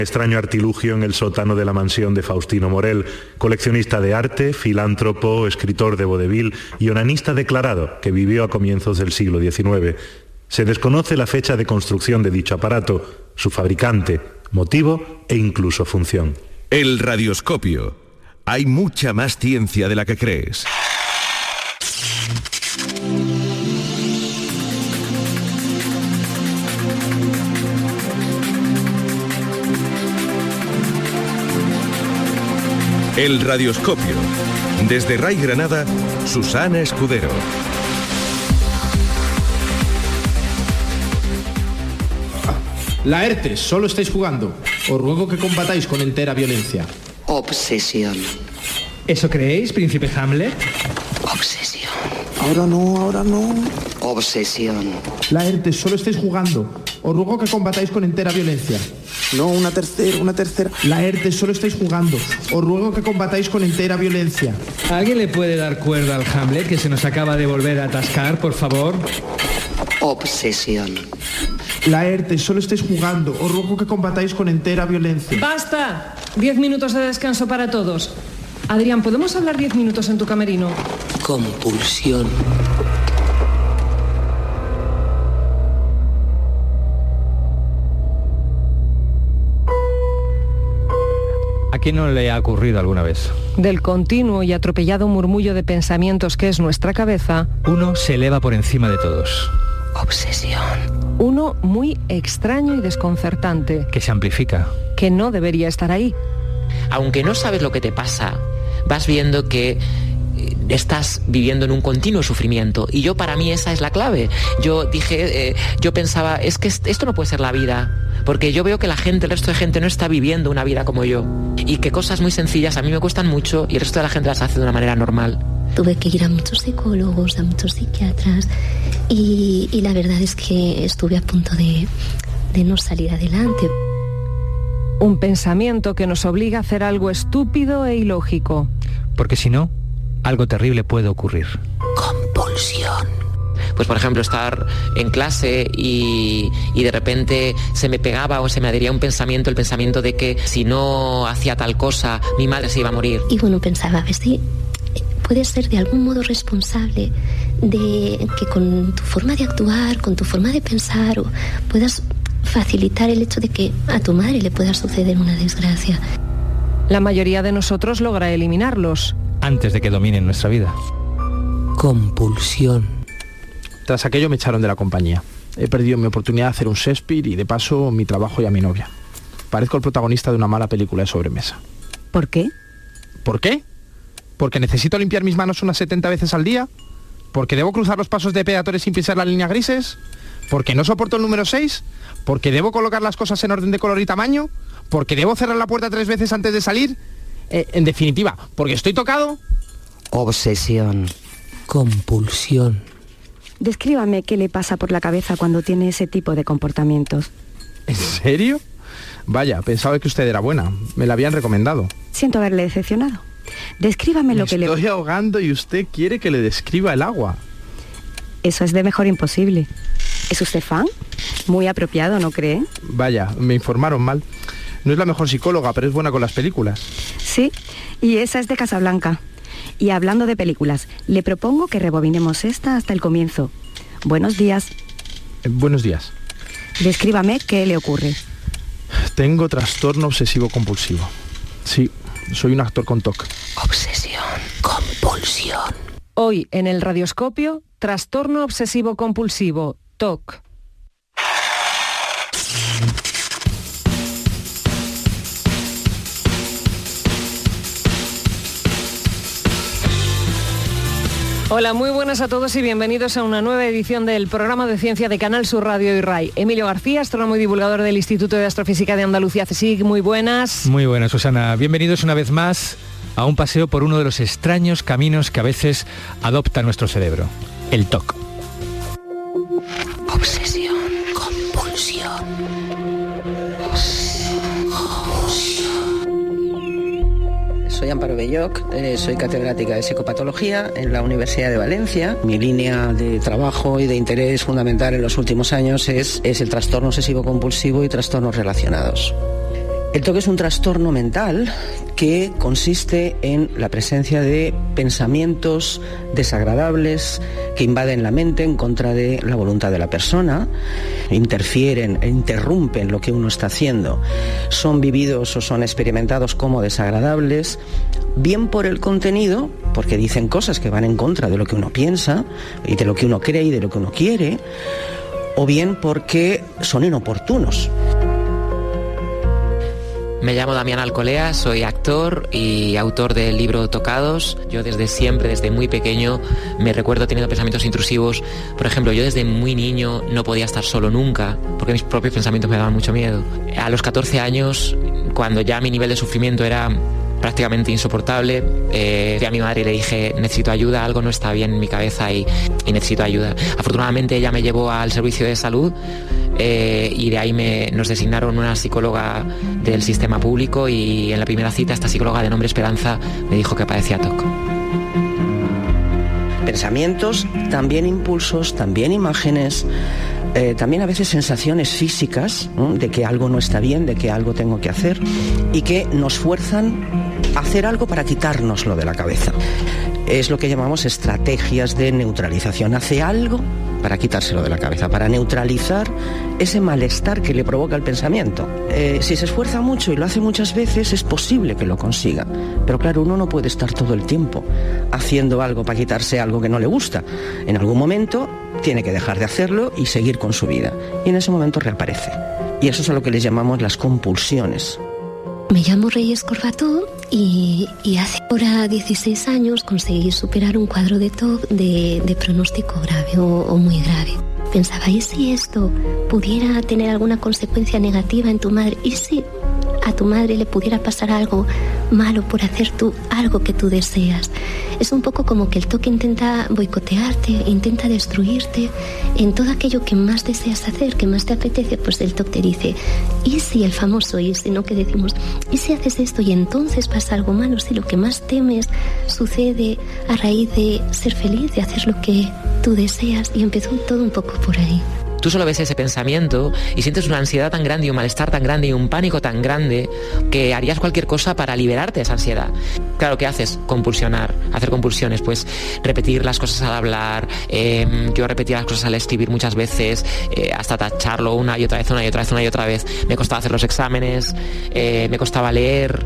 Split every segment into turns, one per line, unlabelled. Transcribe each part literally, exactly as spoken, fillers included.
Extraño artilugio en el sótano de la mansión de Faustino Morel, coleccionista de arte, filántropo, escritor de vodevil y onanista declarado que vivió a comienzos del siglo diecinueve. Se desconoce la fecha de construcción de dicho aparato, su fabricante, motivo e incluso función.
El radioscopio. Hay mucha más ciencia de la que crees. El radioscopio. Desde Ray Granada, Susana Escudero.
Laertes, solo estáis jugando. Os ruego que combatáis con entera violencia.
Obsesión.
¿Eso creéis, príncipe Hamlet?
Obsesión.
Ahora no, ahora no.
Obsesión.
Laertes, solo estáis jugando. Os ruego que combatáis con entera violencia.
No, una tercera, una tercera.
Laertes, solo estáis jugando. Os ruego que combatáis con entera violencia.
¿Alguien le puede dar cuerda al Hamlet que se nos acaba de volver a atascar, por favor?
Obsesión.
Laertes, solo estáis jugando. Os ruego que combatáis con entera violencia.
¡Basta! Diez minutos de descanso para todos. Adrián, ¿podemos hablar diez minutos en tu camerino?
Compulsión.
¿A quién no le ha ocurrido alguna vez?
Del continuo y atropellado murmullo de pensamientos que es nuestra cabeza,
uno se eleva por encima de todos.
Obsesión.
Uno muy extraño y desconcertante.
Que se amplifica.
Que no debería estar ahí.
Aunque no sabes lo que te pasa, vas viendo que estás viviendo en un continuo sufrimiento. Y yo, para mí, esa es la clave. Yo dije, eh, yo pensaba, es que esto no puede ser la vida. Porque yo veo que la gente, el resto de gente no está viviendo una vida como yo. Y que cosas muy sencillas a mí me cuestan mucho y el resto de la gente las hace de una manera normal.
Tuve que ir a muchos psicólogos, a muchos psiquiatras y, y la verdad es que estuve a punto de, de no salir adelante.
Un pensamiento que nos obliga a hacer algo estúpido e ilógico.
Porque si no, algo terrible puede ocurrir.
Compulsión.
Pues por ejemplo, estar en clase y, y de repente se me pegaba o se me adhería un pensamiento, el pensamiento de que si no hacía tal cosa, mi madre se iba a morir.
Y bueno, pensaba, a ver si puedes ser de algún modo responsable de que con tu forma de actuar, con tu forma de pensar, o puedas facilitar el hecho de que a tu madre le pueda suceder una desgracia.
La mayoría de nosotros logra eliminarlos.
Antes de que dominen nuestra vida.
Compulsión.
Tras aquello me echaron de la compañía. He perdido mi oportunidad de hacer un Shakespeare y de paso mi trabajo y a mi novia. Parezco el protagonista de una mala película de sobremesa.
¿Por qué?
¿Por qué? ¿Porque necesito limpiar mis manos unas setenta veces al día? ¿Porque debo cruzar los pasos de peatones sin pisar las líneas grises? ¿Porque no soporto el número seis? ¿Porque debo colocar las cosas en orden de color y tamaño? ¿Porque debo cerrar la puerta tres veces antes de salir? Eh, en definitiva, ¿porque estoy tocado?
Obsesión. Compulsión.
Descríbame qué le pasa por la cabeza cuando tiene ese tipo de comportamientos.
¿En serio? Vaya, pensaba que usted era buena. Me la habían recomendado.
Siento haberle decepcionado. Descríbame lo que le...
Me estoy ahogando y usted quiere que le describa el agua.
Eso es de mejor imposible. ¿Es usted fan? Muy apropiado, ¿no cree?
Vaya, me informaron mal. No es la mejor psicóloga, pero es buena con las películas.
Sí, y esa es de Casablanca. Y hablando de películas, le propongo que rebobinemos esta hasta el comienzo. Buenos días.
Eh, buenos días.
Descríbame qué le ocurre.
Tengo trastorno obsesivo-compulsivo. Sí, soy un actor con T O C.
Obsesión, compulsión.
Hoy en el radioscopio, trastorno obsesivo-compulsivo, T O C. Hola, muy buenas a todos y bienvenidos a una nueva edición del programa de ciencia de Canal Sur Radio y RAI. Emilio García, astrónomo y divulgador del Instituto de Astrofísica de Andalucía, C S I C, muy buenas.
Muy buenas, Susana. Bienvenidos una vez más a un paseo por uno de los extraños caminos que a veces adopta nuestro cerebro, el T O C.
Obsesión, compulsión.
Soy Amparo Belloc, eh, soy catedrática de psicopatología en la Universidad de Valencia. Mi línea de trabajo y de interés fundamental en los últimos años es, es el trastorno obsesivo-compulsivo y trastornos relacionados. El TOC es un trastorno mental que consiste en la presencia de pensamientos desagradables que invaden la mente en contra de la voluntad de la persona, interfieren e interrumpen lo que uno está haciendo, son vividos o son experimentados como desagradables, bien por el contenido, porque dicen cosas que van en contra de lo que uno piensa y de lo que uno cree y de lo que uno quiere, o bien porque son inoportunos.
Me llamo Damián Alcolea, soy actor y autor del libro Tocados. Yo desde siempre, desde muy pequeño, me recuerdo teniendo pensamientos intrusivos. Por ejemplo, yo desde muy niño no podía estar solo nunca, porque mis propios pensamientos me daban mucho miedo. A los catorce años, cuando ya mi nivel de sufrimiento era prácticamente insoportable, eh, fui a mi madre y le dije, necesito ayuda, algo no está bien en mi cabeza y, y necesito ayuda. Afortunadamente ella me llevó al servicio de salud eh, y de ahí me, nos designaron una psicóloga del sistema público y en la primera cita esta psicóloga de nombre Esperanza me dijo que padecía T O C.
Pensamientos, también impulsos, también imágenes, eh, también a veces sensaciones físicas, ¿no?, de que algo no está bien, de que algo tengo que hacer y que nos fuerzan a hacer algo para quitárnoslo de la cabeza. Es lo que llamamos estrategias de neutralización. Hace algo para quitárselo de la cabeza, para neutralizar ese malestar que le provoca el pensamiento. Eh, si se esfuerza mucho y lo hace muchas veces, es posible que lo consiga. Pero claro, uno no puede estar todo el tiempo haciendo algo para quitarse algo que no le gusta. En algún momento tiene que dejar de hacerlo y seguir con su vida. Y en ese momento reaparece. Y eso es a lo que les llamamos las compulsiones.
Me llamo Reyes Corbató y, y hace ahora dieciséis años conseguí superar un cuadro de T O C de, de pronóstico grave o, o muy grave. Pensaba, ¿y si esto pudiera tener alguna consecuencia negativa en tu madre? ¿Y si a tu madre le pudiera pasar algo malo por hacer tú algo que tú deseas? Es un poco como que el T O C intenta boicotearte, intenta destruirte en todo aquello que más deseas hacer, que más te apetece. Pues el T O C te dice, ¿y si el famoso y si no que decimos? ¿Y si haces esto y entonces pasa algo malo? Si lo que más temes sucede a raíz de ser feliz, de hacer lo que tú deseas. Y empezó todo un poco por ahí.
Tú solo ves ese pensamiento y sientes una ansiedad tan grande y un malestar tan grande y un pánico tan grande que harías cualquier cosa para liberarte de esa ansiedad. Claro, ¿qué haces? Compulsionar, hacer compulsiones, pues repetir las cosas al hablar, eh, yo repetía las cosas al escribir muchas veces, eh, hasta tacharlo una y otra vez, una y otra vez, una y otra vez. Me costaba hacer los exámenes, eh, me costaba leer,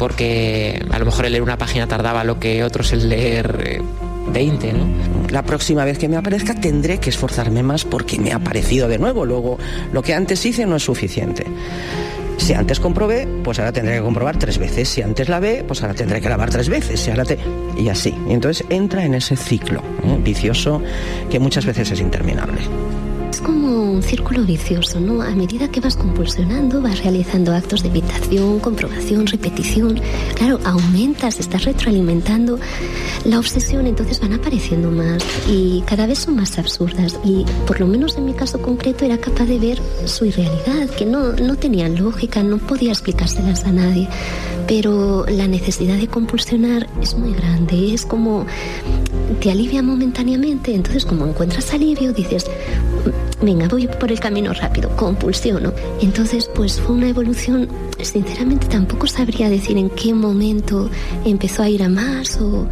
porque a lo mejor el leer una página tardaba lo que otros el leer eh, veinte, ¿no?
La próxima vez que me aparezca tendré que esforzarme más porque me ha aparecido de nuevo. Luego, lo que antes hice no es suficiente. Si antes comprobé, pues ahora tendré que comprobar tres veces. Si antes lavé, pues ahora tendré que lavar tres veces. Si ahora te... Y así. Y entonces entra en ese ciclo, ¿eh?, vicioso que muchas veces es interminable.
Es como un círculo vicioso, ¿no? A medida que vas compulsionando, vas realizando actos de evitación, comprobación, repetición. Claro, aumentas, estás retroalimentando la obsesión, entonces van apareciendo más y cada vez son más absurdas. Y por lo menos en mi caso concreto era capaz de ver su irrealidad, que no, no tenían lógica, no podía explicárselas a nadie. Pero la necesidad de compulsionar es muy grande, es como te alivia momentáneamente, entonces como encuentras alivio dices, venga, voy por el camino rápido, compulsiono. Entonces pues fue una evolución, sinceramente tampoco sabría decir en qué momento empezó a ir a más, o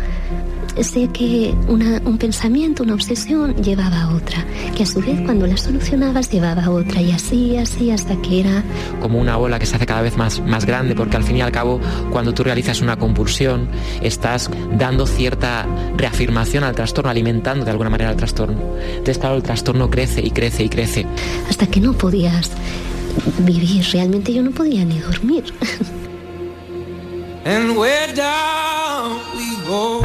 sé que una, un pensamiento, una obsesión llevaba a otra, que a su vez cuando la solucionabas llevaba a otra, y así, así, hasta que era
como una bola que se hace cada vez más, más grande, porque al fin y al cabo cuando tú realizas una compulsión estás dando cierta reafirmación al trastorno, alimentando de alguna manera el trastorno. Entonces claro, el trastorno crece y crece y crece.
Hasta que no podías vivir, realmente yo no podía ni dormir.
And where down we go.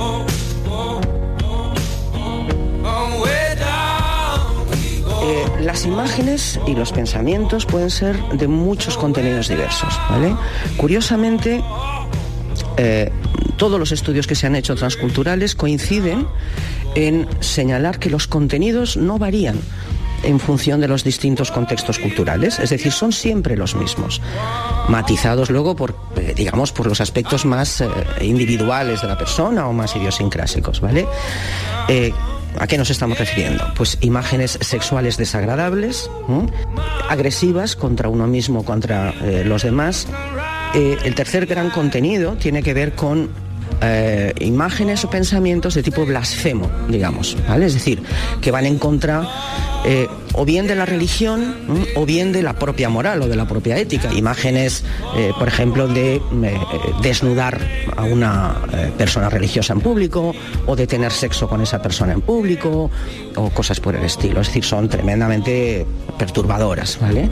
Eh, las imágenes y los pensamientos pueden ser de muchos contenidos diversos, ¿vale? Curiosamente, eh, todos los estudios que se han hecho transculturales coinciden en señalar que los contenidos no varían en función de los distintos contextos culturales, es decir, son siempre los mismos, matizados luego por, eh, digamos, por los aspectos más eh, individuales de la persona o más idiosincrásicos, ¿vale? Eh, ¿A qué nos estamos refiriendo? Pues imágenes sexuales desagradables, ¿eh? agresivas contra uno mismo, contra eh, los demás. Eh, el tercer gran contenido tiene que ver con eh, imágenes o pensamientos de tipo blasfemo, digamos, ¿vale? Es decir, que van en contra eh, o bien de la religión ¿eh? o bien de la propia moral o de la propia ética. Imágenes, eh, por ejemplo, de eh, desnudar a una eh, persona religiosa en público o de tener sexo con esa persona en público o cosas por el estilo. Es decir, son tremendamente perturbadoras, ¿vale?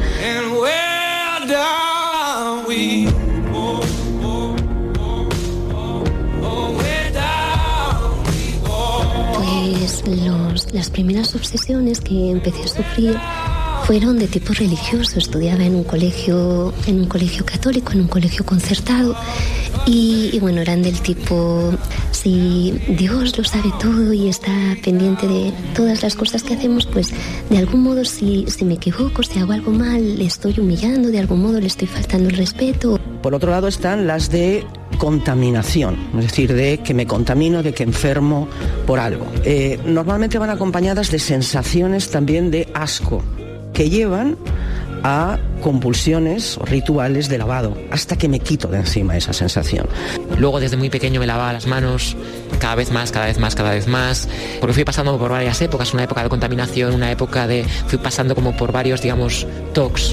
Pues los, las primeras obsesiones que empecé a sufrir fueron de tipo religioso. Estudiaba en un colegio, en un colegio católico, en un colegio concertado, y, y bueno, eran del tipo, si Dios lo sabe todo y está pendiente de todas las cosas que hacemos, pues de algún modo si, si me equivoco, si hago algo mal, le estoy humillando, de algún modo le estoy faltando el respeto.
Por otro lado están las de contaminación, es decir, de que me contamino, de que enfermo por algo. Eh, normalmente van acompañadas de sensaciones también de asco, que llevan a compulsiones o rituales de lavado, hasta que me quito de encima esa sensación.
Luego desde muy pequeño me lavaba las manos, cada vez más, cada vez más, cada vez más, porque fui pasando por varias épocas, una época de contaminación, una época de... fui pasando como por varios, digamos, tocs.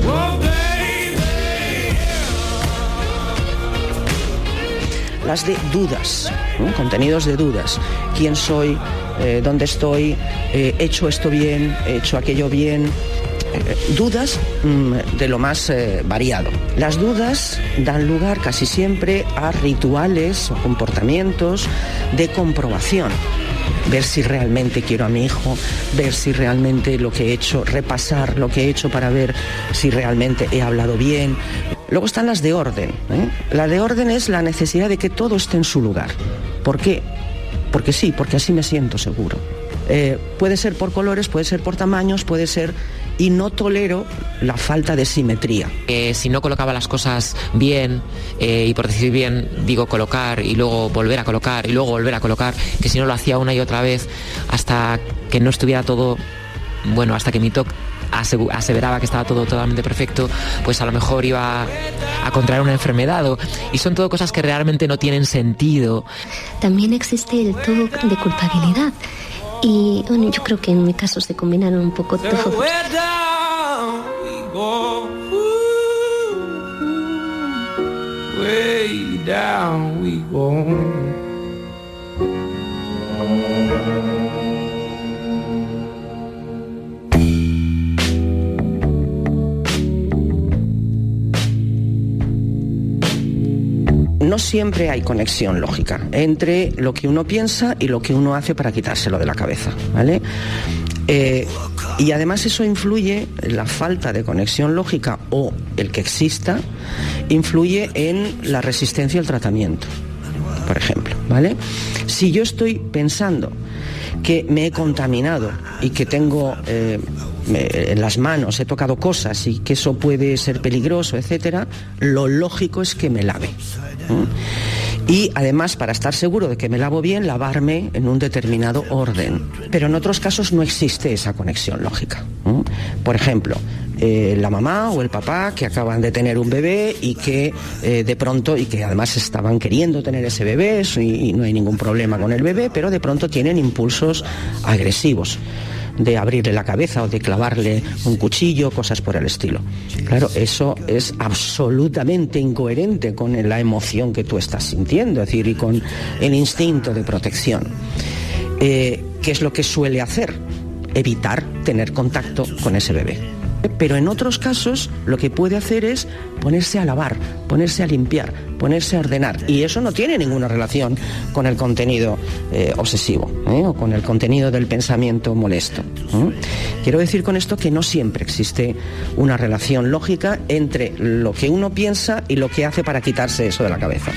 Las de dudas, ¿no? Contenidos de dudas. ¿Quién soy? Eh, ¿Dónde estoy? Eh, ¿He hecho esto bien? ¿He hecho aquello bien? Eh, dudas mmm, de lo más eh, variado. Las dudas dan lugar casi siempre a rituales o comportamientos de comprobación. Ver si realmente quiero a mi hijo, ver si realmente lo que he hecho, repasar lo que he hecho para ver si realmente he hablado bien. Luego están las de orden, ¿eh? La de orden es la necesidad de que todo esté en su lugar. ¿Por qué? Porque sí, porque así me siento seguro. Eh, puede ser por colores, puede ser por tamaños, puede ser... Y no tolero la falta de simetría.
Eh, si no colocaba las cosas bien, eh, y por decir bien, digo colocar y luego volver a colocar y luego volver a colocar, que si no lo hacía una y otra vez hasta que no estuviera todo, bueno, hasta que mi toque aseveraba que estaba todo totalmente perfecto, pues a lo mejor iba a contraer una enfermedad. O, y son todo cosas que realmente no tienen sentido.
También existe el toque de culpabilidad. Y bueno, yo creo que en mi caso se combinaron un poco todos.
No siempre hay conexión lógica entre lo que uno piensa y lo que uno hace para quitárselo de la cabeza, ¿vale? Eh, y además eso influye, la falta de conexión lógica o el que exista, influye en la resistencia al tratamiento, por ejemplo, ¿vale? Si yo estoy pensando que me he contaminado y que tengo eh, en las manos, he tocado cosas y que eso puede ser peligroso, etcétera, lo lógico es que me lave. ¿Mm? Y además, para estar seguro de que me lavo bien, lavarme en un determinado orden. Pero en otros casos no existe esa conexión lógica. ¿Mm? Por ejemplo, eh, la mamá o el papá que acaban de tener un bebé y que eh, de pronto, y que además estaban queriendo tener ese bebé y, y no hay ningún problema con el bebé, pero de pronto tienen impulsos agresivos de abrirle la cabeza o de clavarle un cuchillo, cosas por el estilo. Claro, eso es absolutamente incoherente con la emoción que tú estás sintiendo, es decir, y con el instinto de protección. Eh, ¿Qué es lo que suele hacer? Evitar tener contacto con ese bebé. Pero en otros casos lo que puede hacer es ponerse a lavar, ponerse a limpiar, ponerse a ordenar. Y eso no tiene ninguna relación con el contenido eh, obsesivo, ¿eh? o con el contenido del pensamiento molesto. ¿eh? Quiero decir con esto que no siempre existe una relación lógica entre lo que uno piensa y lo que hace para quitarse eso de la cabeza.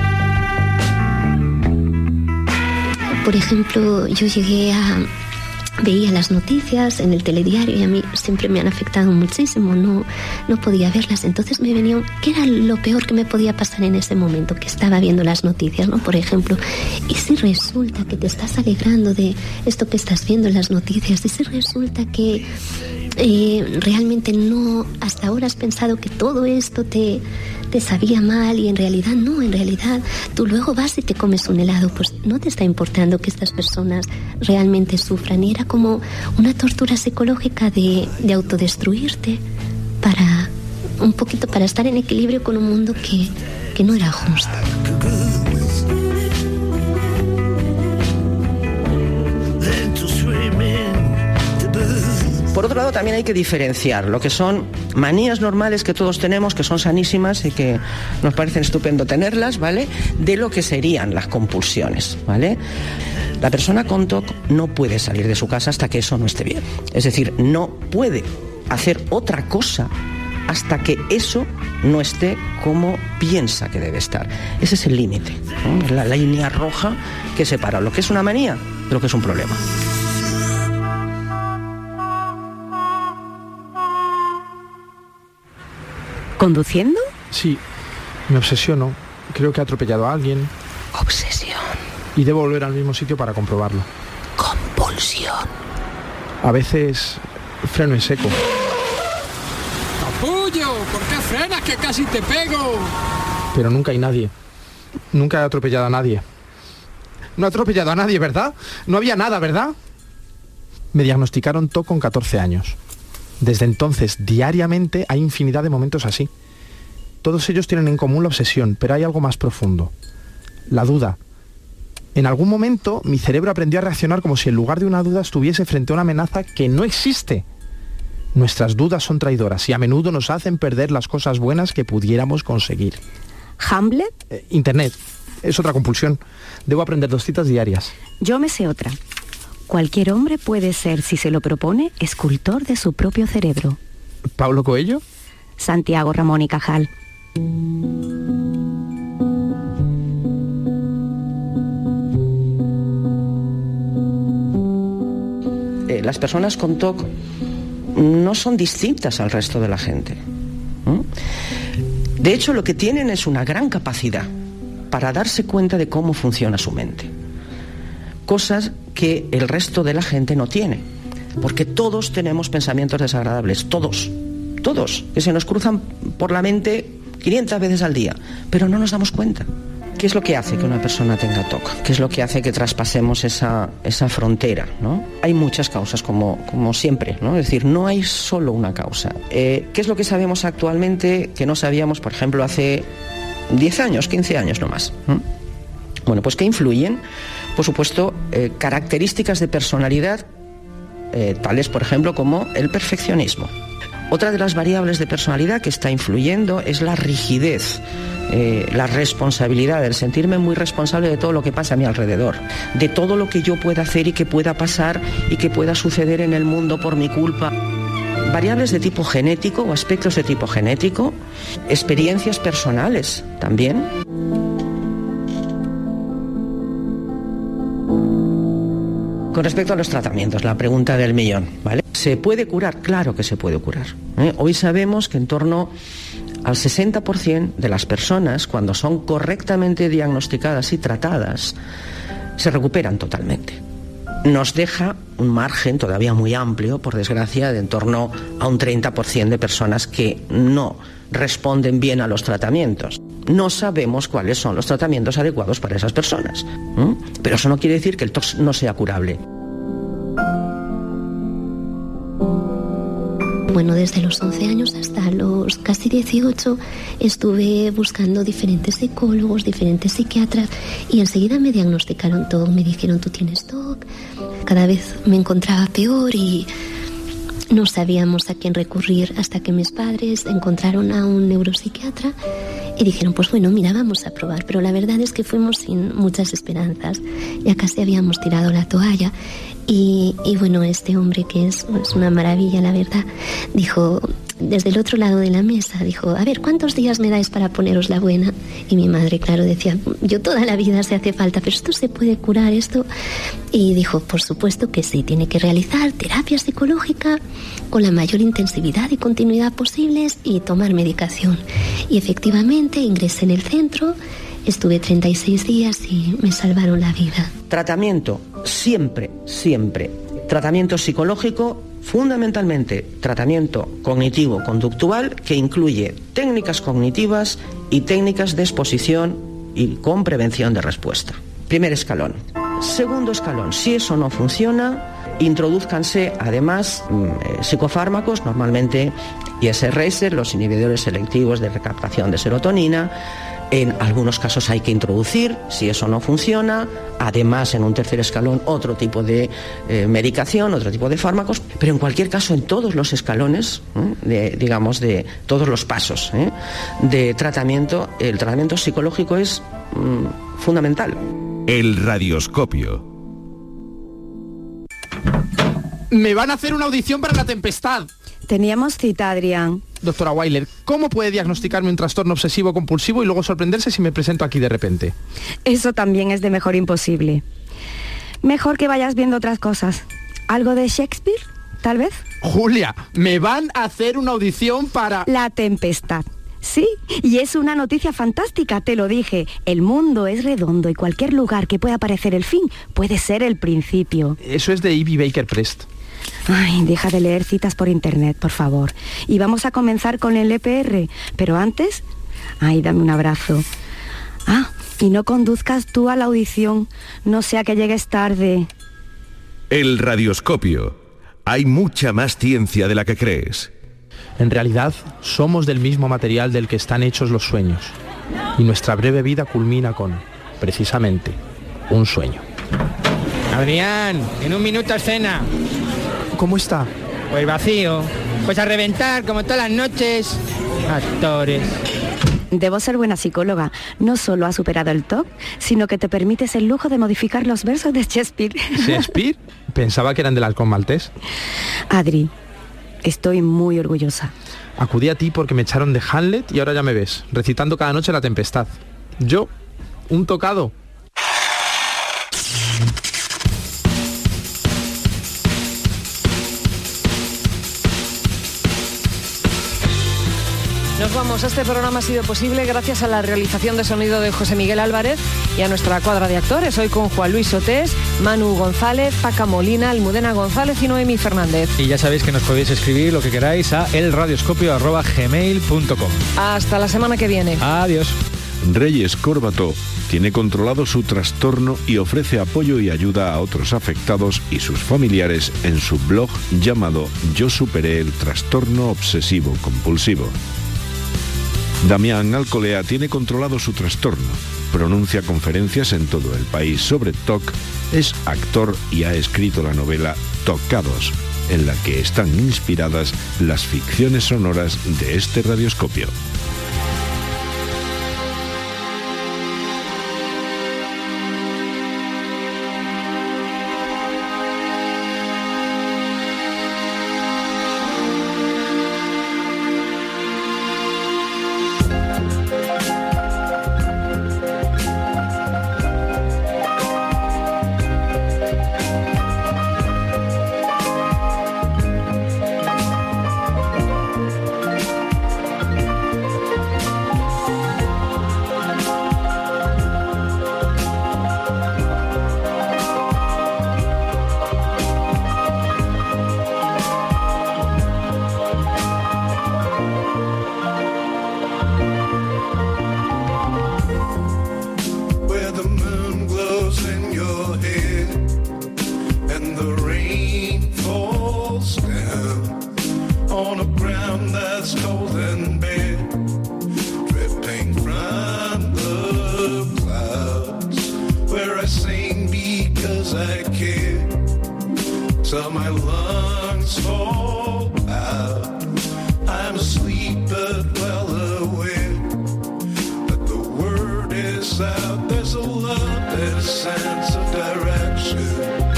Por ejemplo, yo llegué a, veía las noticias en el telediario y a mí siempre me han afectado muchísimo, no, no podía verlas. Entonces me venía, ¿qué era lo peor que me podía pasar en ese momento? Que estaba viendo las noticias, ¿no? Por ejemplo, ¿y si resulta que te estás alegrando de esto que estás viendo en las noticias? ¿Y si resulta que eh, realmente no, hasta ahora has pensado que todo esto te... te sabía mal y en realidad no, en realidad tú luego vas y te comes un helado, pues no te está importando que estas personas realmente sufran, y era como una tortura psicológica de, de autodestruirte para un poquito, para estar en equilibrio con un mundo que, que no era justo.
Por otro lado, también hay que diferenciar lo que son manías normales que todos tenemos, que son sanísimas y que nos parecen estupendo tenerlas, ¿vale?, de lo que serían las compulsiones, ¿vale? La persona con T O C no puede salir de su casa hasta que eso no esté bien. Es decir, no puede hacer otra cosa hasta que eso no esté como piensa que debe estar. Ese es el límite, ¿no? La línea roja que separa lo que es una manía de lo que es un problema.
¿Conduciendo?
Sí, me obsesiono. Creo que he atropellado a alguien.
Obsesión.
Y debo volver al mismo sitio para comprobarlo.
Compulsión.
A veces freno en seco.
¡Capullo! ¿Por qué frenas, que casi te pego?
Pero nunca hay nadie. Nunca he atropellado a nadie. No he atropellado a nadie, ¿verdad? No había nada, ¿verdad? Me diagnosticaron T O C con catorce años. Desde entonces, diariamente, hay infinidad de momentos así. Todos ellos tienen en común la obsesión, pero hay algo más profundo. La duda. En algún momento, mi cerebro aprendió a reaccionar como si en lugar de una duda estuviese frente a una amenaza que no existe. Nuestras dudas son traidoras y a menudo nos hacen perder las cosas buenas que pudiéramos conseguir.
¿Hamlet?
Eh, Internet. Es otra compulsión. Debo aprender dos citas diarias.
Yo me sé otra. Cualquier hombre puede ser, si se lo propone, escultor de su propio cerebro.
¿Paulo Coelho?
Santiago Ramón y Cajal.
Eh, las personas con T O C no son distintas al resto de la gente. ¿Mm? De hecho, lo que tienen es una gran capacidad para darse cuenta de cómo funciona su mente. Cosas que el resto de la gente no tiene, porque todos tenemos pensamientos desagradables, todos, todos, que se nos cruzan por la mente quinientas veces al día, pero no nos damos cuenta. ¿Qué es lo que hace que una persona tenga T O C? ¿Qué es lo que hace que traspasemos esa, esa frontera, ¿no? Hay muchas causas, como, como siempre, ¿no? Es decir, no hay solo una causa. Eh, ¿Qué es lo que sabemos actualmente que no sabíamos, por ejemplo, hace diez años, quince años nomás? ¿Mm? Bueno, pues que influyen, por supuesto, eh, características de personalidad, eh, tales, por ejemplo, como el perfeccionismo. Otra de las variables de personalidad que está influyendo es la rigidez, eh, la responsabilidad, el sentirme muy responsable de todo lo que pasa a mi alrededor, de todo lo que yo pueda hacer y que pueda pasar y que pueda suceder en el mundo por mi culpa. Variables de tipo genético o aspectos de tipo genético, experiencias personales también. Con respecto a los tratamientos, la pregunta del millón, ¿vale? ¿Se puede curar? Claro que se puede curar, ¿eh? Hoy sabemos que en torno al sesenta por ciento de las personas, cuando son correctamente diagnosticadas y tratadas, se recuperan totalmente. Nos deja un margen todavía muy amplio, por desgracia, de en torno a un treinta por ciento de personas que no responden bien a los tratamientos. No sabemos cuáles son los tratamientos adecuados para esas personas, ¿eh? Pero eso no quiere decir que el T O C no sea curable.
Bueno, desde los once años hasta los casi dieciocho estuve buscando diferentes psicólogos, diferentes psiquiatras y enseguida me diagnosticaron T O C, me dijeron tú tienes T O C. Cada vez me encontraba peor y no sabíamos a quién recurrir hasta que mis padres encontraron a un neuropsiquiatra y dijeron, pues bueno, mira, vamos a probar. Pero la verdad es que fuimos sin muchas esperanzas, ya casi habíamos tirado la toalla. Y, y bueno, este hombre, que es, es una maravilla, la verdad, dijo, desde el otro lado de la mesa dijo, a ver, ¿cuántos días me dais para poneros la buena? Y mi madre, claro, decía, yo toda la vida se hace falta, pero esto se puede curar, esto. Y dijo, por supuesto que sí, tiene que realizar terapia psicológica con la mayor intensividad y continuidad posibles y tomar medicación. Y efectivamente ingresé en el centro, estuve treinta y seis días y me salvaron la vida.
Tratamiento, siempre, siempre. Tratamiento psicológico, fundamentalmente tratamiento cognitivo-conductual que incluye técnicas cognitivas y técnicas de exposición y con prevención de respuesta. Primer escalón. Segundo escalón, si eso no funciona, introduzcanse además eh, psicofármacos, normalmente I S R S, los inhibidores selectivos de recaptación de serotonina. En algunos casos hay que introducir, si eso no funciona, además en un tercer escalón otro tipo de eh, medicación, otro tipo de fármacos, pero en cualquier caso en todos los escalones, ¿eh? de, digamos, de todos los pasos ¿eh? de tratamiento, el tratamiento psicológico es mm, fundamental.
El radioscopio.
Me van a hacer una audición para La Tempestad.
Teníamos cita, Adrián.
Doctora Weiler, ¿cómo puede diagnosticarme un trastorno obsesivo compulsivo y luego sorprenderse si me presento aquí de repente?
Eso también es de mejor imposible. Mejor que vayas viendo otras cosas. ¿Algo de Shakespeare, tal vez?
Julia, me van a hacer una audición para...
La Tempestad. Sí, y es una noticia fantástica, te lo dije. El mundo es redondo y cualquier lugar que pueda parecer el fin puede ser el principio.
Eso es de E B Baker Prest.
Ay, deja de leer citas por internet, por favor. Y vamos a comenzar con el E P R. Pero antes, ay, dame un abrazo. Ah, y no conduzcas tú a la audición, no sea que llegues tarde.
El radioscopio. Hay mucha más ciencia de la que crees.
En realidad, somos del mismo material del que están hechos los sueños. Y nuestra breve vida culmina con, precisamente, un sueño.
Adrián, en un minuto escena.
¿Cómo está?
Pues vacío. Pues a reventar, como todas las noches. Actores.
Debo ser buena psicóloga. No solo ha superado el T O C, sino que te permites el lujo de modificar los versos de Shakespeare.
¿Shakespeare? Pensaba que eran del halcón maltés.
Adri, estoy muy orgullosa.
Acudí a ti porque me echaron de Hamlet y ahora ya me ves, recitando cada noche La Tempestad. Yo, un tocado.
Nos vamos. Este programa ha sido posible gracias a la realización de sonido de José Miguel Álvarez y a nuestra cuadra de actores. Hoy con Juan Luis Sotés, Manu González, Paca Molina, Almudena González y Noemi Fernández.
Y ya sabéis que nos podéis escribir lo que queráis a elradioscopio arroba gmail punto com.
Hasta la semana que viene.
Adiós.
Reyes Corbato tiene controlado su trastorno y ofrece apoyo y ayuda a otros afectados y sus familiares en su blog llamado Yo superé el trastorno obsesivo compulsivo. Damián Alcolea tiene controlado su trastorno, pronuncia conferencias en todo el país sobre T O C, es actor y ha escrito la novela Tocados, en la que están inspiradas las ficciones sonoras de este radioscopio.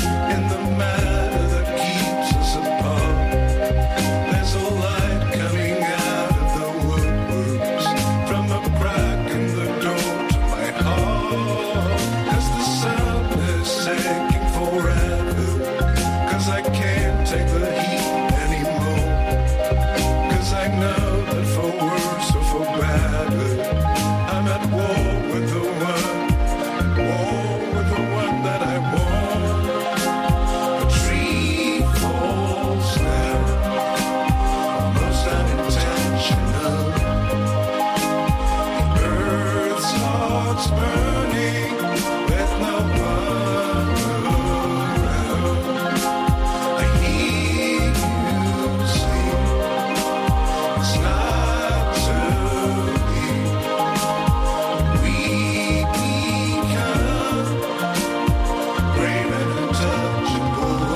Coming take the heat anymore. 'Cause I know that for worse or for better, I'm at war with the one, at war with the one that I want. A tree falls down, almost unintentional. The earth starts burning with no one around. I hear you sing, it's not to be. We become brave and untouchable.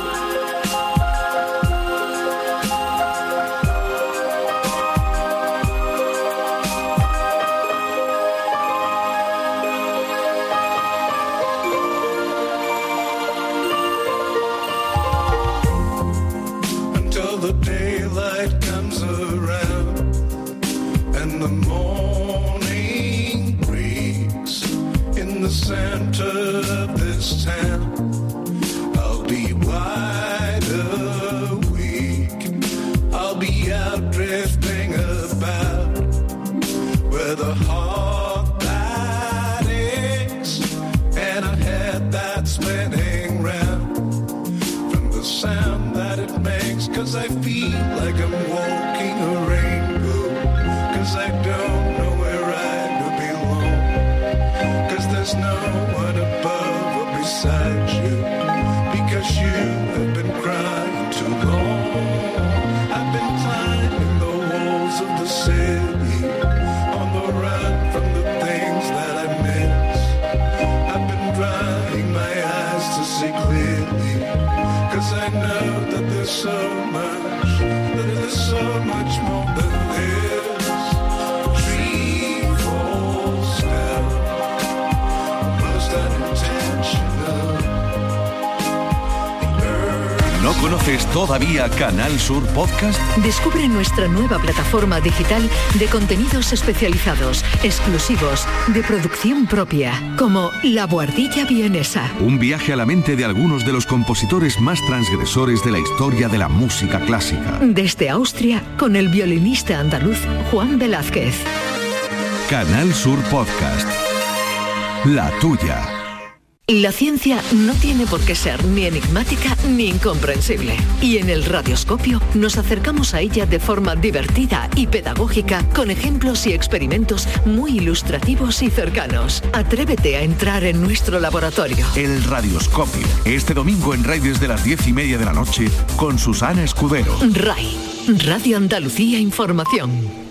Until the daylight comes around and the morning breaks in the center of this town. I'll be wide awake, I'll be out drifting about where the heart that aches and a head that's spinning round from the sound that it makes. 'Cause I feel like I'm walking a rainbow. 'Cause I don't know where I do belong. 'Cause there's no one above or beside you. Because you have been crying too long. I've been climbing the walls of the city, on the run from the things that I miss. I've been drying my eyes to see clearly. 'Cause I know that there's so much, that there's so much more than this. A tree falls down, almost unintentional.
¿No conoces todavía Canal Sur Podcast?
Descubre nuestra nueva plataforma digital de contenidos especializados, exclusivos, de producción propia, como La Boardilla Vienesa.
Un viaje a la mente de algunos de los compositores más transgresores de la historia de la música clásica.
Desde Austria, con el violinista andaluz Juan Velázquez.
Canal Sur Podcast. La tuya.
La ciencia no tiene por qué ser ni enigmática ni incomprensible. Y en el Radioscopio nos acercamos a ella de forma divertida y pedagógica, con ejemplos y experimentos muy ilustrativos y cercanos. Atrévete a entrar en nuestro laboratorio.
El Radioscopio. Este domingo en RAI desde las diez y media de la noche con Susana Escudero.
RAI, Radio Andalucía Información.